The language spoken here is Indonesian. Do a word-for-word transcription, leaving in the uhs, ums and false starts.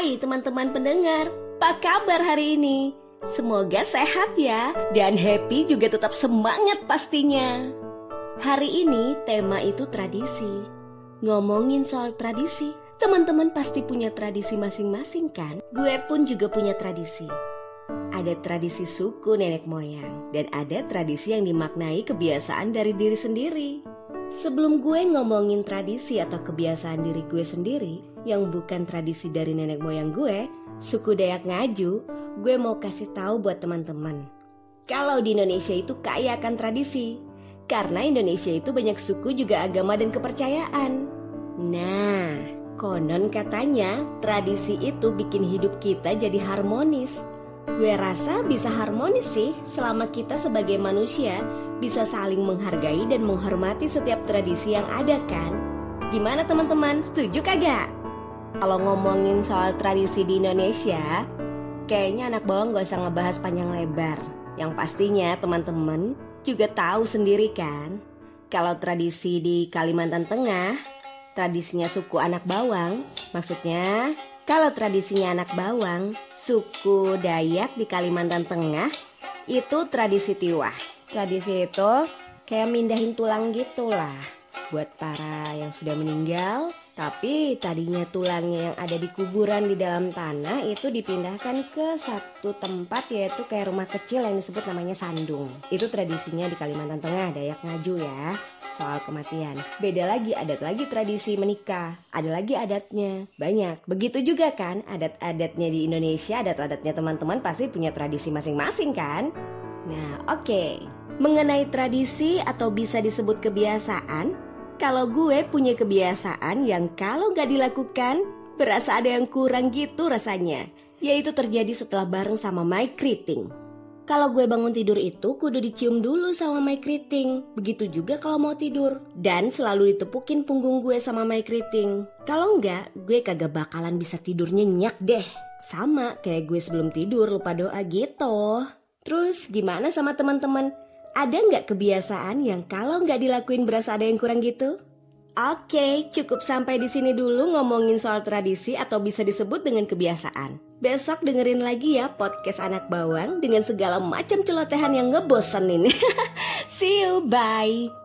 Hai teman-teman pendengar, apa kabar hari ini? Semoga sehat ya, dan happy juga tetap semangat pastinya. Hari ini tema itu tradisi. Ngomongin soal tradisi, teman-teman pasti punya tradisi masing-masing kan? Gue pun juga punya tradisi. Ada tradisi suku nenek moyang, dan ada tradisi yang dimaknai kebiasaan dari diri sendiri. Sebelum gue ngomongin tradisi atau kebiasaan diri gue sendiri yang bukan tradisi dari nenek moyang gue, suku Dayak Ngaju, gue mau kasih tahu buat teman-teman. Kalau di Indonesia itu kaya akan tradisi, karena Indonesia itu banyak suku juga agama dan kepercayaan. Nah, konon katanya tradisi itu bikin hidup kita jadi harmonis. Gue rasa bisa harmonis sih selama kita sebagai manusia bisa saling menghargai dan menghormati setiap tradisi yang ada kan? Gimana teman-teman, setuju kagak? Kalau ngomongin soal tradisi di Indonesia, kayaknya anak bawang gak usah ngebahas panjang lebar. Yang pastinya teman-teman juga tahu sendiri kan, kalau tradisi di Kalimantan Tengah, tradisinya suku anak bawang, maksudnya kalau tradisinya anak bawang, suku Dayak di Kalimantan Tengah, itu tradisi tiwah. Tradisi itu kayak mindahin tulang gitulah buat para yang sudah meninggal. Tapi tadinya tulangnya yang ada di kuburan di dalam tanah itu dipindahkan ke satu tempat, yaitu kayak rumah kecil yang disebut namanya sandung. Itu tradisinya di Kalimantan Tengah, Dayak Ngaju ya. Soal kematian. Beda lagi, adat lagi tradisi menikah. Ada lagi adatnya, banyak. Begitu juga kan adat-adatnya di Indonesia, adat-adatnya teman-teman pasti punya tradisi masing-masing kan? Nah oke, okay. Mengenai tradisi atau bisa disebut kebiasaan, kalau gue punya kebiasaan yang kalau gak dilakukan, berasa ada yang kurang gitu rasanya. Yaitu terjadi setelah bareng sama my keriting. Kalau gue bangun tidur itu kudu dicium dulu sama my keriting. Begitu juga kalau mau tidur. Dan selalu ditepukin punggung gue sama my keriting. Kalau enggak, gue kagak bakalan bisa tidur nyenyak deh. Sama kayak gue sebelum tidur lupa doa gitu. Terus gimana sama teman-teman? Ada enggak kebiasaan yang kalau enggak dilakuin berasa ada yang kurang gitu? Oke, cukup sampai di sini dulu ngomongin soal tradisi atau bisa disebut dengan kebiasaan. Besok dengerin lagi ya podcast Anak Bawang dengan segala macam celotehan yang ngebosenin. See you, bye.